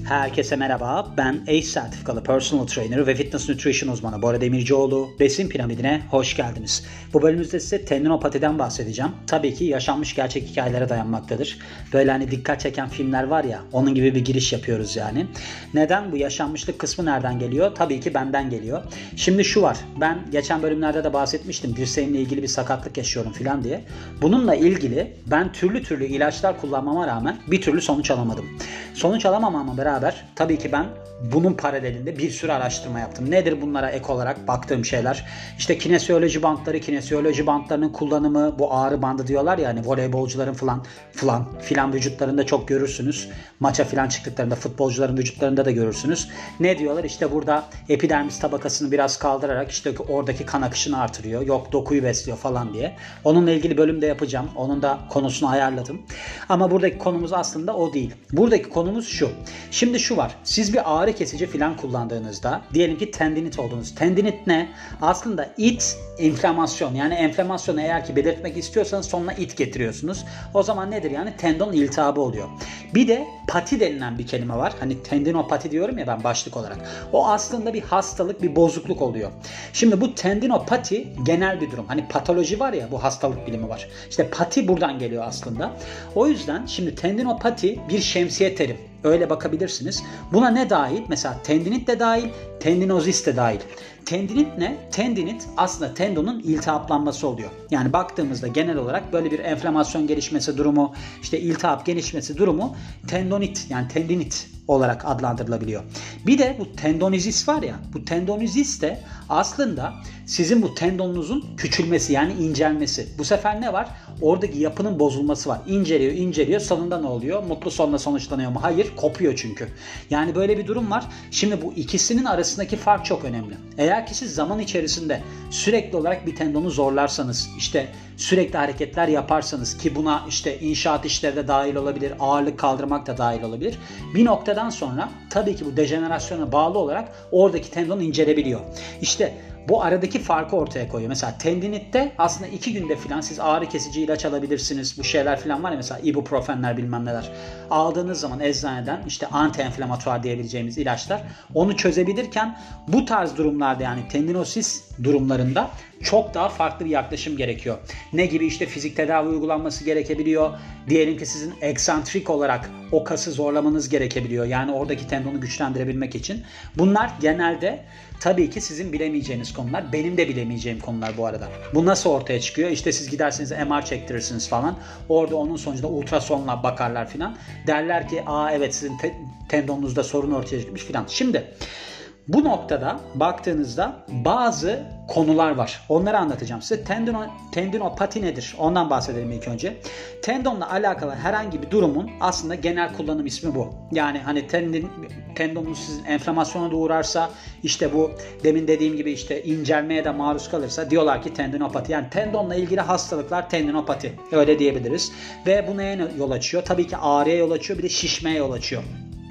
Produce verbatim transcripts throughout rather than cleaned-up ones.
Herkese merhaba. Ben A C E sertifikalı personal trainer ve fitness nutrition uzmanı Bora Demircioğlu. Besin piramidine hoş geldiniz. Bu bölümümüzde size tendinopatiden bahsedeceğim. Tabii ki yaşanmış gerçek hikayelere dayanmaktadır. Böyle hani dikkat çeken filmler var ya, onun gibi bir giriş yapıyoruz yani. Neden? Bu yaşanmışlık kısmı nereden geliyor? Tabii ki benden geliyor. Şimdi şu var. Ben geçen bölümlerde de bahsetmiştim. Dirseğimle ilgili bir sakatlık yaşıyorum falan diye. Bununla ilgili ben türlü türlü ilaçlar kullanmama rağmen bir türlü sonuç alamadım. Sonuç alamamama beraber tabii ki ben bunun paralelinde bir sürü araştırma yaptım. Nedir bunlara ek olarak baktığım şeyler? İşte kinesiyoloji bantları, kinesiyoloji bantlarının kullanımı, bu ağrı bandı diyorlar ya hani voleybolcuların falan falan filan vücutlarında çok görürsünüz. Maça filan çıktıklarında futbolcuların vücutlarında da görürsünüz. Ne diyorlar? İşte burada epidermis tabakasını biraz kaldırarak işte oradaki kan akışını artırıyor. Yok dokuyu besliyor falan diye. Onunla ilgili bölümde yapacağım. Onun da konusunu ayarladım. Ama buradaki konumuz aslında o değil. Buradaki konumuz şu. Şimdi şu var. Siz bir ağrı kesici filan kullandığınızda diyelim ki tendinit oldunuz. Tendinit ne? Aslında it inflamasyon. Yani enflamasyonu eğer ki belirtmek istiyorsanız sonuna it getiriyorsunuz. O zaman nedir? Yani tendon iltihabı oluyor. Bir de pati denilen bir kelime var. Hani tendinopati diyorum ya ben başlık olarak. O aslında bir hastalık, bir bozukluk oluyor. Şimdi bu tendinopati genel bir durum. Hani patoloji var ya, bu hastalık bilimi var. İşte pati buradan geliyor aslında. O yüzden şimdi tendinopati bir şemsiye terim. Öyle bakabilirsiniz. Buna ne dahil? Mesela tendinit de dahil, tendinozis de dahil. Tendinit ne? Tendinit aslında tendonun iltihaplanması oluyor. Yani baktığımızda genel olarak böyle bir enflamasyon gelişmesi durumu, işte iltihap gelişmesi durumu tendonit yani tendinit olarak adlandırılabiliyor. Bir de bu tendonizis var ya, bu tendonizis de aslında sizin bu tendonunuzun küçülmesi yani incelmesi. Bu sefer ne var? Oradaki yapının bozulması var. İnceliyor, inceliyor. Sonunda ne oluyor? Mutlu sonla sonuçlanıyor mu? Hayır, kopuyor çünkü. Yani böyle bir durum var. Şimdi bu ikisinin arasındaki fark çok önemli. Eğer ki siz zaman içerisinde sürekli olarak bir tendonu zorlarsanız, işte sürekli hareketler yaparsanız ki buna işte inşaat işleri de dahil olabilir, ağırlık kaldırmak da dahil olabilir. Bir noktadan sonra tabii ki bu dejenerasyona bağlı olarak oradaki tendon incelebiliyor. İşte bu aradaki farkı ortaya koyuyor. Mesela tendinitte aslında iki günde filan siz ağrı kesici ilaç alabilirsiniz. Bu şeyler filan var ya, mesela ibuprofenler bilmem neler. Aldığınız zaman eczaneden işte anti-enflamatuar diyebileceğimiz ilaçlar onu çözebilirken bu tarz durumlarda yani tendinosis durumlarında çok daha farklı bir yaklaşım gerekiyor. Ne gibi? İşte fizik tedavi uygulanması gerekebiliyor. Diyelim ki sizin eksantrik olarak o kası zorlamanız gerekebiliyor. Yani oradaki tendonu güçlendirebilmek için. Bunlar genelde tabii ki sizin bilemeyeceğiniz konular. Benim de bilemeyeceğim konular bu arada. Bu nasıl ortaya çıkıyor? İşte siz giderseniz M R çektirirsiniz falan. Orada onun sonucunda ultrasonla bakarlar filan. Derler ki aa evet sizin te- tendonunuzda sorun ortaya çıkmış filan. Şimdi bu noktada baktığınızda bazı konular var. Onları anlatacağım size. Tendino, tendinopati nedir? Ondan bahsedelim ilk önce. Tendonla alakalı herhangi bir durumun aslında genel kullanım ismi bu. Yani hani tendin, tendonunuz sizin enflamasyona da uğrarsa, işte bu demin dediğim gibi işte incelmeye de maruz kalırsa diyorlar ki tendinopati. Yani tendonla ilgili hastalıklar tendinopati. Öyle diyebiliriz. Ve bu neye yol açıyor? Tabii ki ağrıya yol açıyor, bir de şişmeye yol açıyor.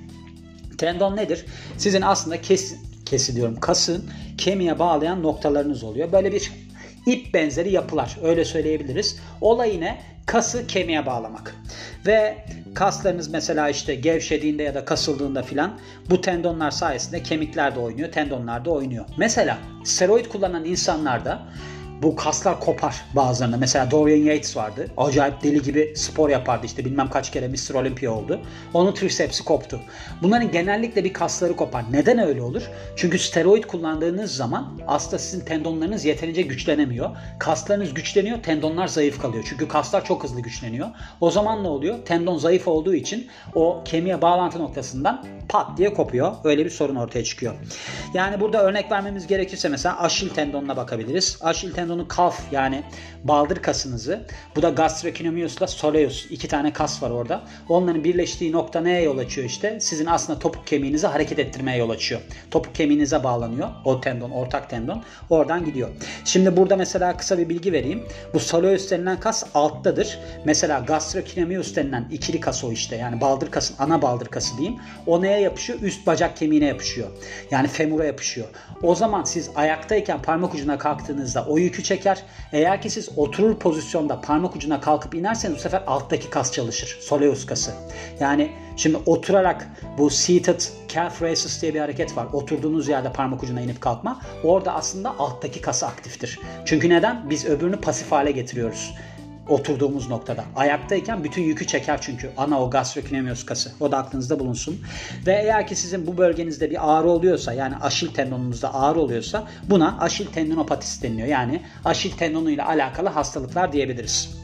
Tendon nedir? Sizin aslında kes, kesi diyorum kasın kemiğe bağlayan noktalarınız oluyor. Böyle bir ip benzeri yapılar, öyle söyleyebiliriz. Olay ne? Kası kemiğe bağlamak. Ve kaslarınız mesela işte gevşediğinde ya da kasıldığında filan bu tendonlar sayesinde kemikler de oynuyor, tendonlar da oynuyor. Mesela steroid kullanan insanlarda bu kaslar kopar bazılarında. Mesela Dorian Yates vardı. Acayip deli gibi spor yapardı. İşte bilmem kaç kere mister Olympia oldu. Onun trisepsi koptu. Bunların genellikle bir kasları kopar. Neden öyle olur? Çünkü steroid kullandığınız zaman aslında sizin tendonlarınız yeterince güçlenemiyor. Kaslarınız güçleniyor, tendonlar zayıf kalıyor. Çünkü kaslar çok hızlı güçleniyor. O zaman ne oluyor? Tendon zayıf olduğu için o kemiğe bağlantı noktasından pat diye kopuyor. Öyle bir sorun ortaya çıkıyor. Yani burada örnek vermemiz gerekirse mesela Aşil tendonuna bakabiliriz. Aşil tendonu kalf yani baldır kasınızı. Bu da gastrocnemius'la soleus. İki tane kas var orada. Onların birleştiği nokta neye yol açıyor işte? Sizin aslında topuk kemiğinizi hareket ettirmeye yol açıyor. Topuk kemiğinize bağlanıyor. O tendon, ortak tendon. Oradan gidiyor. Şimdi burada mesela kısa bir bilgi vereyim. Bu soleus denilen kas alttadır. Mesela gastrocnemius denilen ikili kas o işte. Yani baldır kasın, ana baldır kası diyeyim. O neye yapışıyor? Üst bacak kemiğine yapışıyor. Yani femura yapışıyor. O zaman siz ayaktayken parmak ucuna kalktığınızda o yük yükü çeker. Eğer ki siz oturur pozisyonda parmak ucuna kalkıp inerseniz bu sefer alttaki kas çalışır. Soleus kası. Yani şimdi oturarak bu seated calf raises diye bir hareket var. Oturduğunuz yerde parmak ucuna inip kalkma. Orada aslında alttaki kası aktiftir. Çünkü neden? Biz öbürünü pasif hale getiriyoruz. Oturduğumuz noktada. Ayaktayken bütün yükü çeker çünkü. Ana o gastrocnemius kası. O da aklınızda bulunsun. Ve eğer ki sizin bu bölgenizde bir ağrı oluyorsa, yani aşil tendonunuzda ağrı oluyorsa buna aşil tendinopatisi deniliyor. Yani aşil tendonuyla alakalı hastalıklar diyebiliriz.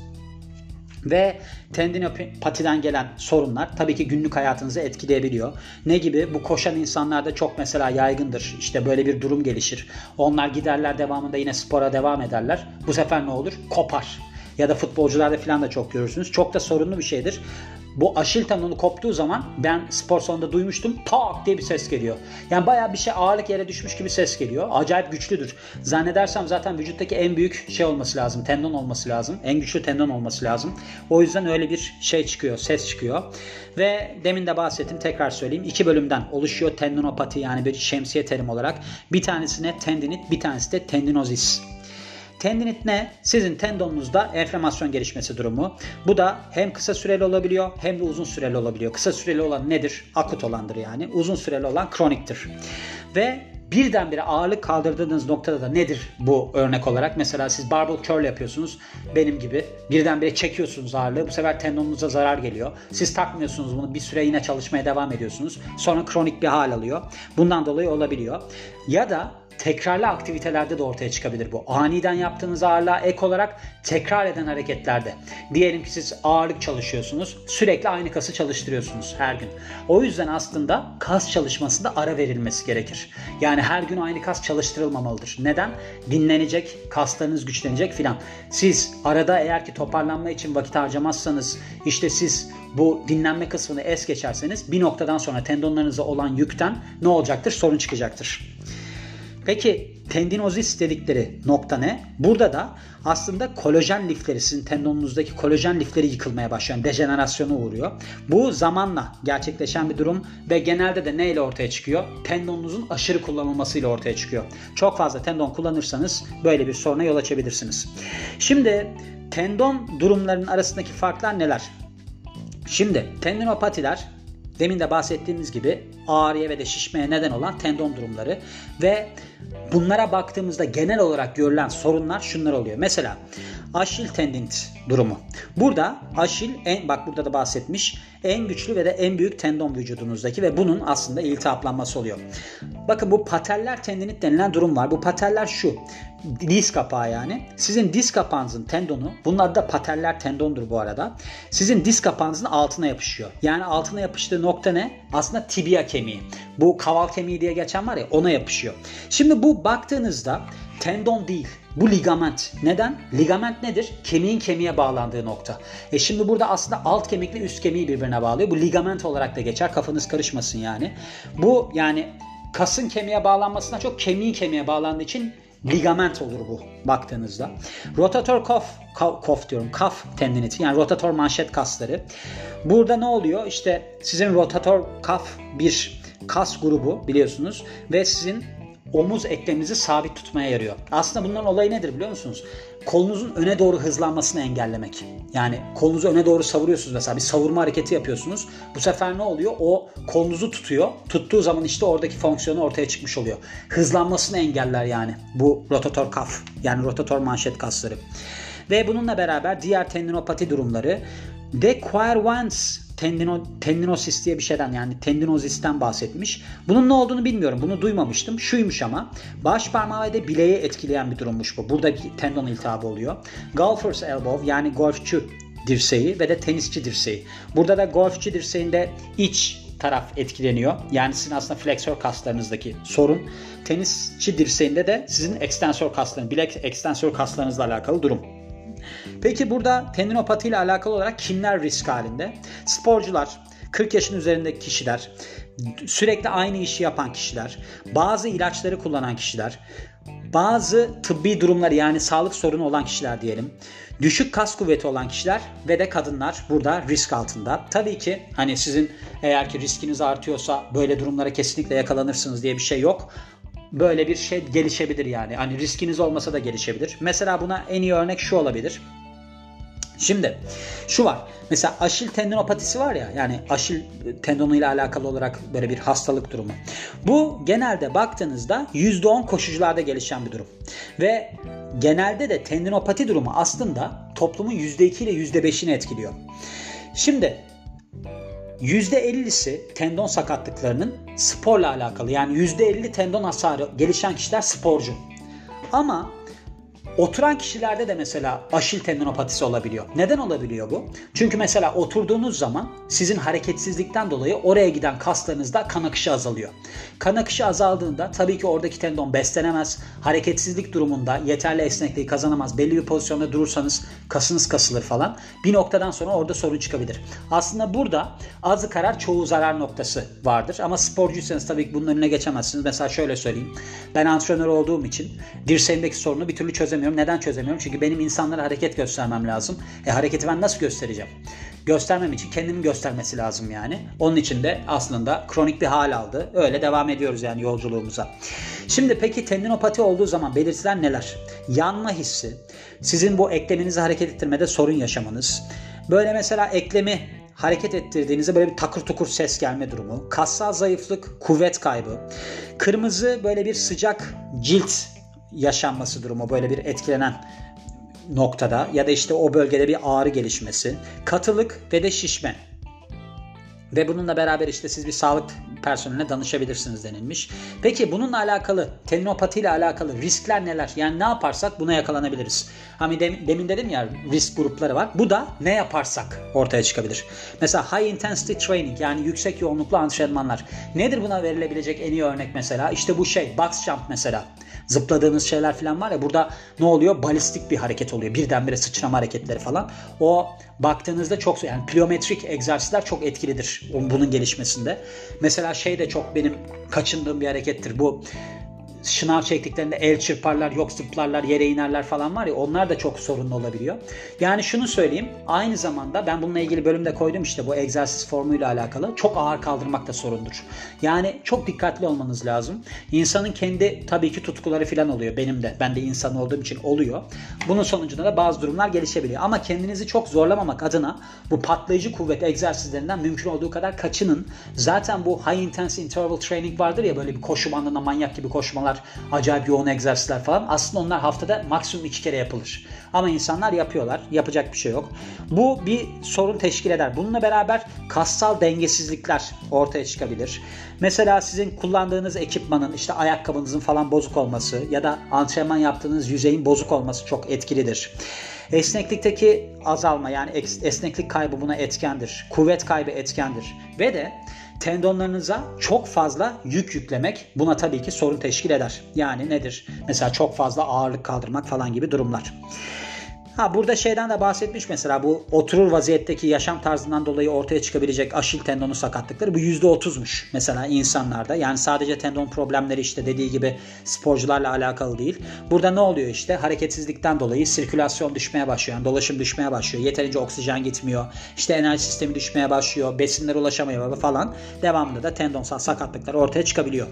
Ve tendinopatiden gelen sorunlar tabii ki günlük hayatınızı etkileyebiliyor. Ne gibi? Bu koşan insanlarda çok mesela yaygındır. İşte böyle bir durum gelişir. Onlar giderler, devamında yine spora devam ederler. Bu sefer ne olur? Kopar. Ya da futbolcularda falan da çok görürsünüz. Çok da sorunlu bir şeydir. Bu aşil tendonu koptuğu zaman ben spor salonunda duymuştum. Tak diye bir ses geliyor. Yani bayağı bir şey, ağırlık yere düşmüş gibi ses geliyor. Acayip güçlüdür. Zannedersem zaten vücuttaki en büyük şey olması lazım. Tendon olması lazım. En güçlü tendon olması lazım. O yüzden öyle bir şey çıkıyor. Ses çıkıyor. Ve demin de bahsettim. Tekrar söyleyeyim. İki bölümden oluşuyor tendinopati, yani bir şemsiye terim olarak. Bir tanesine tendinit, bir tanesi de tendinozis. Tendinit ne? Sizin tendonunuzda enflamasyon gelişmesi durumu. Bu da hem kısa süreli olabiliyor hem de uzun süreli olabiliyor. Kısa süreli olan nedir? Akut olandır yani. Uzun süreli olan kroniktir. Ve birdenbire ağırlık kaldırdığınız noktada da nedir bu örnek olarak? Mesela siz barbell curl yapıyorsunuz. Benim gibi. Birdenbire çekiyorsunuz ağırlığı. Bu sefer tendonunuza zarar geliyor. Siz takmıyorsunuz bunu. Bir süre yine çalışmaya devam ediyorsunuz. Sonra kronik bir hal alıyor. Bundan dolayı olabiliyor. Ya da tekrarlı aktivitelerde de ortaya çıkabilir bu. Aniden yaptığınız ağırlığa ek olarak tekrar eden hareketlerde. Diyelim ki siz ağırlık çalışıyorsunuz. Sürekli aynı kası çalıştırıyorsunuz her gün. O yüzden aslında kas çalışmasında ara verilmesi gerekir. Yani her gün aynı kas çalıştırılmamalıdır. Neden? Dinlenecek, kaslarınız güçlenecek filan. Siz arada eğer ki toparlanma için vakit harcamazsanız, işte siz bu dinlenme kısmını es geçerseniz bir noktadan sonra tendonlarınıza olan yükten ne olacaktır? Sorun çıkacaktır. Peki tendinozis dedikleri nokta ne? Burada da aslında kolajen lifleri, sizin tendonunuzdaki kolajen lifleri yıkılmaya başlıyor. Dejenerasyona uğruyor. Bu zamanla gerçekleşen bir durum ve genelde de neyle ortaya çıkıyor? Tendonunuzun aşırı kullanılmasıyla ortaya çıkıyor. Çok fazla tendon kullanırsanız böyle bir soruna yol açabilirsiniz. Şimdi tendon durumlarının arasındaki farklar neler? Şimdi tendinopatiler, demin de bahsettiğimiz gibi ağrıya ve de şişmeye neden olan tendon durumları ve bunlara baktığımızda genel olarak görülen sorunlar şunlar oluyor. Mesela aşil tendinit durumu. Burada aşil, en, bak burada da bahsetmiş, en güçlü ve de en büyük tendon vücudunuzdaki ve bunun aslında iltihaplanması oluyor. Bakın bu pateller tendinit denilen durum var. Bu pateller şu. Diz kapağı yani. Sizin diz kapağınızın tendonu, bunlar da pateller tendondur bu arada. Sizin diz kapağınızın altına yapışıyor. Yani altına yapıştığı nokta ne? Aslında tibia kemiği. Bu kaval kemiği diye geçen var ya, ona yapışıyor. Şimdi bu baktığınızda tendon değil. Bu ligament. Neden? Ligament nedir? Kemiğin kemiğe bağlandığı nokta. E şimdi burada aslında alt kemikle üst kemiği birbirine bağlıyor. Bu ligament olarak da geçer. Kafanız karışmasın yani. Bu yani kasın kemiğe bağlanmasına çok kemiğin kemiğe bağlandığı için ligament olur bu baktığınızda. Rotator cuff, cuff diyorum, cuff tendiniti, yani rotator manşet kasları. Burada ne oluyor? İşte sizin rotator cuff bir kas grubu biliyorsunuz ve sizin omuz ekleminizi sabit tutmaya yarıyor. Aslında bunların olayı nedir biliyor musunuz? Kolunuzun öne doğru hızlanmasını engellemek. Yani kolunuzu öne doğru savuruyorsunuz mesela. Bir savurma hareketi yapıyorsunuz. Bu sefer ne oluyor? O kolunuzu tutuyor. Tuttuğu zaman işte oradaki fonksiyonu ortaya çıkmış oluyor. Hızlanmasını engeller yani bu rotator cuff. Yani rotator manşet kasları. Ve bununla beraber diğer tendinopati durumları. De Quervains tendino, tendinosis diye bir şeyden, yani tendinozisten bahsetmiş. Bunun ne olduğunu bilmiyorum. Bunu duymamıştım. Şuymuş ama. Baş parmağı ve de bileği etkileyen bir durummuş bu. Buradaki tendon iltihabı oluyor. Golfer's elbow, yani golfçü dirseği ve de tenisçi dirseği. Burada da golfçü dirseğinde iç taraf etkileniyor. Yani sizin aslında fleksör kaslarınızdaki sorun. Tenisçi dirseğinde de sizin ekstensör kaslarınız, bilek ekstensör kaslarınızla alakalı durum. Peki burada tendinopati ile alakalı olarak kimler risk halinde? Sporcular, kırk yaşın üzerindeki kişiler, sürekli aynı işi yapan kişiler, bazı ilaçları kullanan kişiler, bazı tıbbi durumları, yani sağlık sorunu olan kişiler diyelim, düşük kas kuvveti olan kişiler ve de kadınlar burada risk altında. Tabii ki hani sizin eğer ki riskiniz artıyorsa böyle durumlara kesinlikle yakalanırsınız diye bir şey yok. böyle bir şey gelişebilir yani. Hani riskiniz olmasa da gelişebilir. Mesela buna en iyi örnek şu olabilir. Şimdi şu var. Mesela Aşil tendinopatisi var ya, yani Aşil tendonuyla alakalı olarak böyle bir hastalık durumu. Bu genelde baktığınızda yüzde on koşucularda gelişen bir durum. Ve genelde de tendinopati durumu aslında toplumun yüzde iki ile yüzde beşini etkiliyor. Şimdi yüzde ellisi tendon sakatlıklarının sporla alakalı. Yani yüzde elli tendon hasarı gelişen kişiler sporcu. Ama oturan kişilerde de mesela Aşil tendinopatisi olabiliyor. Neden olabiliyor bu? Çünkü mesela oturduğunuz zaman sizin hareketsizlikten dolayı oraya giden kaslarınızda kan akışı azalıyor. Kan akışı azaldığında tabii ki oradaki tendon beslenemez. Hareketsizlik durumunda yeterli esnekliği kazanamaz. Belli bir pozisyonda durursanız kasınız kasılır falan. Bir noktadan sonra orada sorun çıkabilir. Aslında burada azı karar çoğu zarar noktası vardır. Ama sporcuysanız tabii ki bunun önüne geçemezsiniz. Mesela şöyle söyleyeyim. Ben antrenör olduğum için dirseğimdeki sorunu bir türlü çözemiyorum. Neden çözemiyorum? Çünkü benim insanlara hareket göstermem lazım. E hareketi ben nasıl göstereceğim? Göstermem için kendimin göstermesi lazım yani. Onun için de aslında kronik bir hal aldı. Öyle devam ediyoruz yani yolculuğumuza. Şimdi peki tendinopati olduğu zaman belirtiler neler? Yanma hissi, sizin bu ekleminizi hareket ettirmede sorun yaşamanız, böyle mesela eklemi hareket ettirdiğinizde böyle bir takır tukur ses gelme durumu, kassal zayıflık, kuvvet kaybı, kırmızı böyle bir sıcak cilt yaşanması durumu, böyle bir etkilenen noktada ya da işte o bölgede bir ağrı gelişmesi, katılık ve de şişme. Ve bununla beraber işte siz bir sağlık personeline danışabilirsiniz denilmiş. Peki bununla alakalı, tendinopati ile alakalı riskler neler? Yani ne yaparsak buna yakalanabiliriz. Hani demin dedim ya, risk grupları var. Bu da ne yaparsak ortaya çıkabilir. Mesela high intensity training, yani yüksek yoğunluklu antrenmanlar. Nedir buna verilebilecek en iyi örnek mesela? İşte bu şey, box jump mesela. Zıpladığınız şeyler falan var ya, burada ne oluyor? Balistik bir hareket oluyor. Birdenbire sıçrama hareketleri falan. O baktığınızda çok, yani plyometrik egzersizler çok etkilidir bunun gelişmesinde. Mesela şey de çok benim kaçındığım bir harekettir. Bu şınav çektiklerinde el çırparlar, yok zıplarlar, yere inerler falan var ya, onlar da çok sorunlu olabiliyor. Yani şunu söyleyeyim, aynı zamanda ben bununla ilgili bölümde koydum işte, bu egzersiz formuyla alakalı. Çok ağır kaldırmak da sorundur. Yani çok dikkatli olmanız lazım. İnsanın kendi tabii ki tutkuları falan oluyor. Benim de, ben de insan olduğum için oluyor. Bunun sonucunda da bazı durumlar gelişebiliyor. Ama kendinizi çok zorlamamak adına bu patlayıcı kuvvet egzersizlerinden mümkün olduğu kadar kaçının. Zaten bu high intense interval training vardır ya, böyle bir koşu bandında manyak gibi koşmalar, acayip yoğun egzersizler falan. Aslında onlar haftada maksimum iki kere yapılır. Ama insanlar yapıyorlar. Yapacak bir şey yok. Bu bir sorun teşkil eder. Bununla beraber kassal dengesizlikler ortaya çıkabilir. Mesela sizin kullandığınız ekipmanın, işte ayakkabınızın falan bozuk olması ya da antrenman yaptığınız yüzeyin bozuk olması çok etkilidir. Esneklikteki azalma, yani esneklik kaybı buna etkendir. Kuvvet kaybı etkendir. Ve de tendonlarınıza çok fazla yük yüklemek buna tabii ki sorun teşkil eder. Yani nedir? Mesela çok fazla ağırlık kaldırmak falan gibi durumlar. Ha, burada şeyden de bahsetmiş mesela, bu oturur vaziyetteki yaşam tarzından dolayı ortaya çıkabilecek Aşil tendonu sakatlıkları bu yüzde otuzmuş mesela insanlarda. Yani sadece tendon problemleri işte dediği gibi sporcularla alakalı değil. Burada ne oluyor işte? Hareketsizlikten dolayı sirkülasyon düşmeye başlıyor. Yani dolaşım düşmeye başlıyor. Yeterince oksijen gitmiyor. İşte enerji sistemi düşmeye başlıyor. Besinlere ulaşamıyor falan. Devamında da tendonsal sakatlıklar ortaya çıkabiliyor.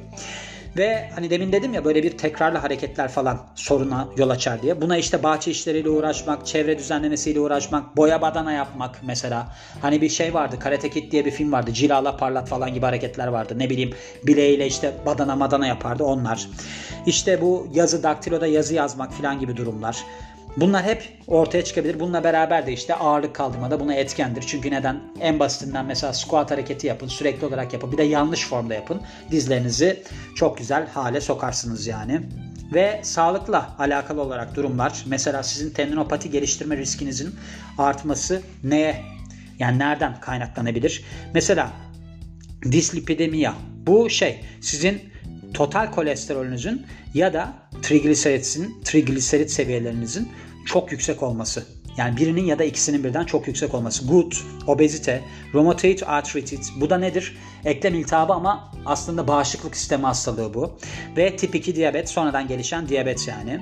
Ve hani demin dedim ya, böyle bir tekrarlı hareketler falan soruna yol açar diye. Buna işte bahçe işleriyle uğraşmak, çevre düzenlemesiyle uğraşmak, boya badana yapmak mesela. Hani bir şey vardı, Karate Kid diye bir film vardı. Cilala parlat falan gibi hareketler vardı. Ne bileyim, bileğiyle işte badana madana yapardı onlar. İşte bu yazı, daktiloda yazı yazmak falan gibi durumlar. Bunlar hep ortaya çıkabilir. Bununla beraber de işte ağırlık kaldırmada buna etkendir. Çünkü neden? En basitinden mesela squat hareketi yapın. Sürekli olarak yapın. Bir de yanlış formda yapın. Dizlerinizi çok güzel hale sokarsınız yani. Ve sağlıkla alakalı olarak durumlar. Mesela sizin tendinopati geliştirme riskinizin artması neye? Yani nereden kaynaklanabilir? Mesela dislipidemiya. Bu şey, sizin total kolesterolünüzün ya da trigliseritsin, trigliserit seviyelerinizin çok yüksek olması. Yani birinin ya da ikisinin birden çok yüksek olması. Gut, obezite, rheumatoid arthritis. Bu da nedir? Eklem iltihabı ama aslında bağışıklık sistemi hastalığı bu. Ve tip iki diyabet, sonradan gelişen diyabet yani.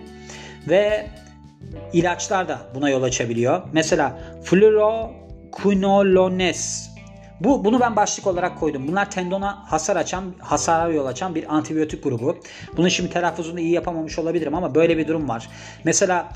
Ve ilaçlar da buna yol açabiliyor. Mesela fluoroquinolones. Bu bunu ben başlık olarak koydum. Bunlar tendona hasar açan, hasara yol açan bir antibiyotik grubu. Bunu şimdi telaffuzunu iyi yapamamış olabilirim ama böyle bir durum var. Mesela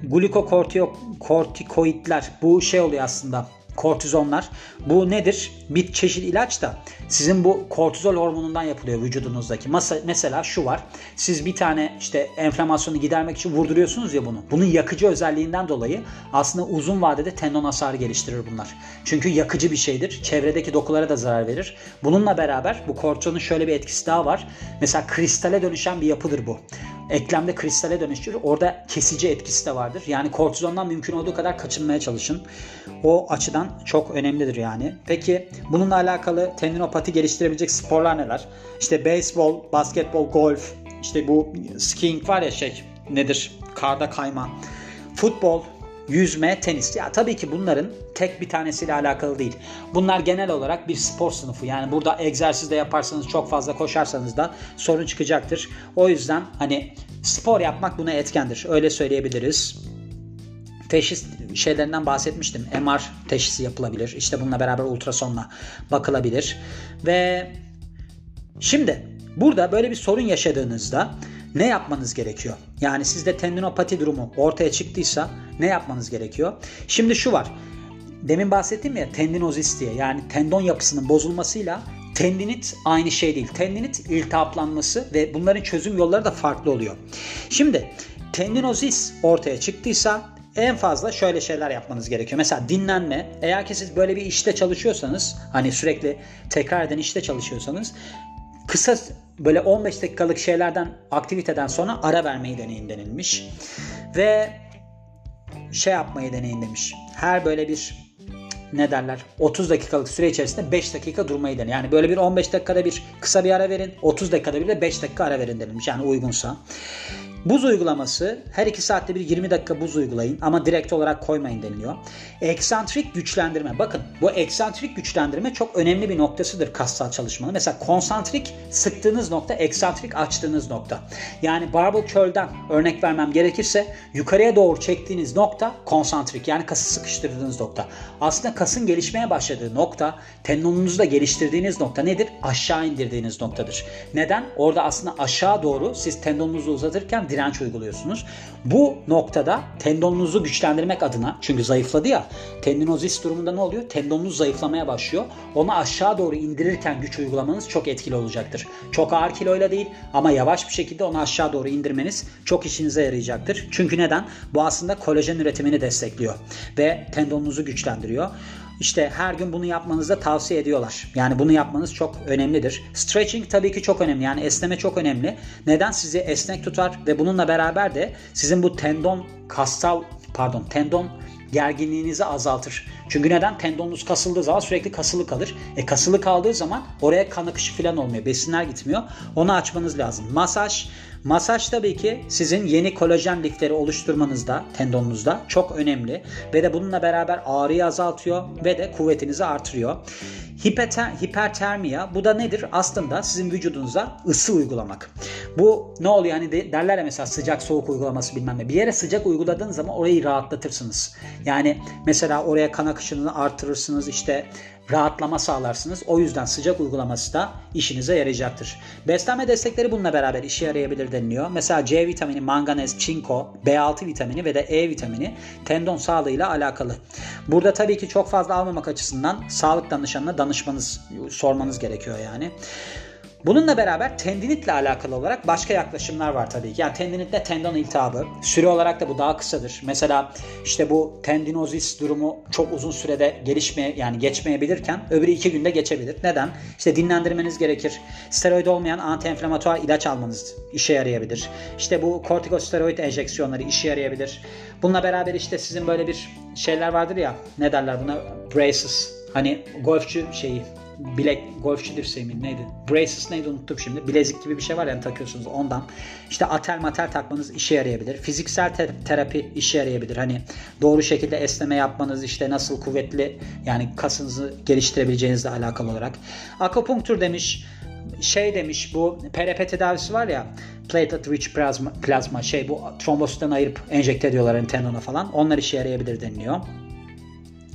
glikokortikoidler bu şey oluyor aslında. Kortizonlar. Bu nedir? Bir çeşit ilaç da sizin bu kortizol hormonundan yapılıyor vücudunuzdaki. Mesela şu var. Siz bir tane işte enflamasyonu gidermek için vurduruyorsunuz ya bunu. Bunun yakıcı özelliğinden dolayı aslında uzun vadede tendon hasarı geliştirir bunlar. Çünkü yakıcı bir şeydir. Çevredeki dokulara da zarar verir. Bununla beraber bu kortizonun şöyle bir etkisi daha var. Mesela kristale dönüşen bir yapıdır bu. Eklemde kristale dönüştürür. Orada kesici etkisi de vardır. Yani kortizondan mümkün olduğu kadar kaçınmaya çalışın. O açıdan çok önemlidir yani. Peki bununla alakalı tendinopati geliştirebilecek sporlar neler? İşte beyzbol, basketbol, golf, işte bu skiing var ya şey nedir? Karda kayma. Futbol, yüzme, tenis. Ya tabii ki bunların tek bir tanesiyle alakalı değil. Bunlar genel olarak bir spor sınıfı. Yani burada egzersiz de yaparsanız, çok fazla koşarsanız da sorun çıkacaktır. O yüzden hani spor yapmak buna etkendir. Öyle söyleyebiliriz. Teşhis şeylerinden bahsetmiştim. M R teşhisi yapılabilir. İşte bununla beraber ultrasonla bakılabilir. Ve şimdi burada böyle bir sorun yaşadığınızda ne yapmanız gerekiyor? Yani sizde tendinopati durumu ortaya çıktıysa ne yapmanız gerekiyor? Şimdi şu var. Demin bahsettim ya tendinozis diye. Yani tendon yapısının bozulmasıyla tendinit aynı şey değil. Tendinit iltihaplanması ve bunların çözüm yolları da farklı oluyor. Şimdi tendinozis ortaya çıktıysa en fazla şöyle şeyler yapmanız gerekiyor. Mesela dinlenme. Eğer ki siz böyle bir işte çalışıyorsanız, hani sürekli tekrar eden işte çalışıyorsanız kısa böyle on beş dakikalık şeylerden, aktiviteden sonra ara vermeyi deneyin denilmiş. Ve şey yapmayı deneyin demiş. Her böyle bir ne derler otuz dakikalık süre içerisinde beş dakika durmayı deneyin. Yani böyle bir on beş dakikada bir kısa bir ara verin. otuz dakikada bir de beş dakika ara verin denilmiş. Yani uygunsa. Buz uygulaması her iki saatte bir yirmi dakika buz uygulayın ama direkt olarak koymayın deniliyor. Eksantrik güçlendirme. Bakın bu eksantrik güçlendirme çok önemli bir noktasıdır kassal çalışmanın. Mesela konsantrik sıktığınız nokta, eksantrik açtığınız nokta. Yani barbell curl'den örnek vermem gerekirse yukarıya doğru çektiğiniz nokta konsantrik, yani kası sıkıştırdığınız nokta. Aslında kasın gelişmeye başladığı nokta, tendonunuzu da geliştirdiğiniz nokta nedir? Aşağı indirdiğiniz noktadır. Neden? Orada aslında aşağı doğru siz tendonunuzu uzatırken direnç uyguluyorsunuz. Bu noktada tendonunuzu güçlendirmek adına, çünkü zayıfladı ya, tendinozis durumunda ne oluyor? Tendonunuz zayıflamaya başlıyor. Onu aşağı doğru indirirken güç uygulamanız çok etkili olacaktır. Çok ağır kiloyla değil ama yavaş bir şekilde onu aşağı doğru indirmeniz çok işinize yarayacaktır. Çünkü neden? Bu aslında kolajen üretimini destekliyor ve tendonunuzu güçlendiriyor. İşte her gün bunu yapmanızı da tavsiye ediyorlar. Yani bunu yapmanız çok önemlidir. Stretching tabii ki çok önemli. Yani esneme çok önemli. Neden? Sizi esnek tutar ve bununla beraber de sizin bu tendon kassal pardon tendon gerginliğinizi azaltır. Çünkü neden? Tendonunuz kasıldığı zaman sürekli kasılı kalır. E kasılı kaldığı zaman oraya kan akışı falan olmuyor. Besinler gitmiyor. Onu açmanız lazım. Masaj. Masaj tabii ki sizin yeni kolajen lifleri oluşturmanızda, tendonunuzda çok önemli. Ve de bununla beraber ağrıyı azaltıyor ve de kuvvetinizi artırıyor. Hiperter, hipertermiya, bu da nedir? Aslında sizin vücudunuza ısı uygulamak. Bu ne oluyor? Hani de, derler ya mesela sıcak soğuk uygulaması bilmem ne. Bir yere sıcak uyguladığınız zaman orayı rahatlatırsınız. Yani mesela oraya kan akışını artırırsınız, işte rahatlama sağlarsınız. O yüzden sıcak uygulaması da işinize yarayacaktır. Beslenme destekleri bununla beraber işe yarayabilir deniliyor. Mesela C vitamini, manganez, çinko, B altı vitamini ve de E vitamini tendon sağlığıyla alakalı. Burada tabii ki çok fazla almamak açısından sağlık danışanına danışmanız, sormanız gerekiyor yani. Bununla beraber tendinitle alakalı olarak başka yaklaşımlar var tabii ki. Yani tendinitle tendon iltihabı. Süre olarak da bu daha kısadır. Mesela işte bu tendinozis durumu çok uzun sürede gelişmeye yani geçmeyebilirken öbürü iki günde geçebilir. Neden? İşte dinlendirmeniz gerekir. Steroid olmayan anti-enflamatuar ilaç almanız işe yarayabilir. İşte bu kortikosteroid enjeksiyonları işe yarayabilir. Bununla beraber işte sizin böyle bir şeyler vardır ya, ne derler buna? Braces. Hani golfçü şeyi. Bilek, golfçü dirseği mi neydi? Braces neydi unuttum şimdi. Bilezik gibi bir şey var yani takıyorsunuz ondan. İşte atel mater takmanız işe yarayabilir. Fiziksel te- terapi işe yarayabilir. Hani doğru şekilde esneme yapmanız, işte nasıl kuvvetli yani kasınızı geliştirebileceğinizle alakalı olarak. Akupunktur demiş. Şey demiş, bu P R P tedavisi var ya, platelet rich plazma, plazma şey bu trombositten ayırıp enjekte ediyorlar yani tendona falan. Onlar işe yarayabilir deniliyor.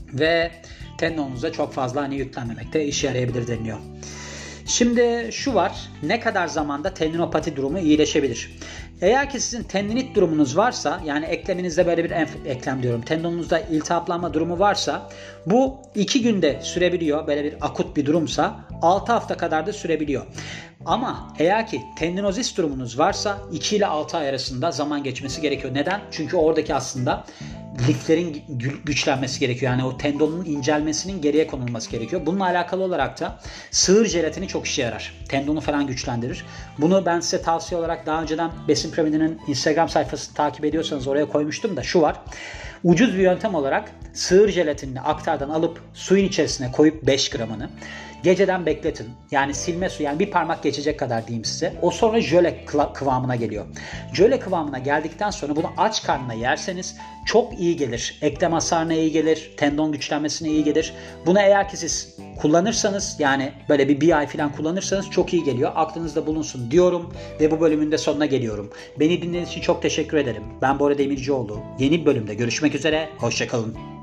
ve tendonunuza çok fazla hani yüklenmemekte işe yarayabilir deniliyor. Şimdi şu var, ne kadar zamanda tendinopati durumu iyileşebilir? Eğer ki sizin tendinit durumunuz varsa, yani ekleminizde böyle bir enf- eklem diyorum, tendonunuzda iltihaplanma durumu varsa bu iki günde sürebiliyor. Böyle bir akut bir durumsa altı hafta kadar da sürebiliyor. Ama eğer ki tendinozis durumunuz varsa iki ile altı ay arasında zaman geçmesi gerekiyor. Neden? Çünkü oradaki aslında liflerin güçlenmesi gerekiyor. Yani o tendonun incelmesinin geriye konulması gerekiyor. Bununla alakalı olarak da sığır jelatini çok işe yarar. Tendonu falan güçlendirir. Bunu ben size tavsiye olarak daha önceden Besin Piramidi'nin Instagram sayfasını takip ediyorsanız oraya koymuştum da şu var. Ucuz bir yöntem olarak sığır jelatinini aktardan alıp suyun içerisine koyup beş gramını geceden bekletin. Yani silme su, yani bir parmak geçecek kadar diyeyim size. O sonra jöle kıvamına geliyor. Jöle kıvamına geldikten sonra bunu aç karnına yerseniz çok iyi gelir. Eklem hasarına iyi gelir. Tendon güçlenmesine iyi gelir. Bunu eğer ki siz kullanırsanız, yani böyle bir bir ay falan kullanırsanız çok iyi geliyor. Aklınızda bulunsun diyorum ve bu bölümün de sonuna geliyorum. Beni dinlediğiniz için çok teşekkür ederim. Ben Bora Demircioğlu. Yeni bir bölümde görüşmek üzere. Hoşça kalın.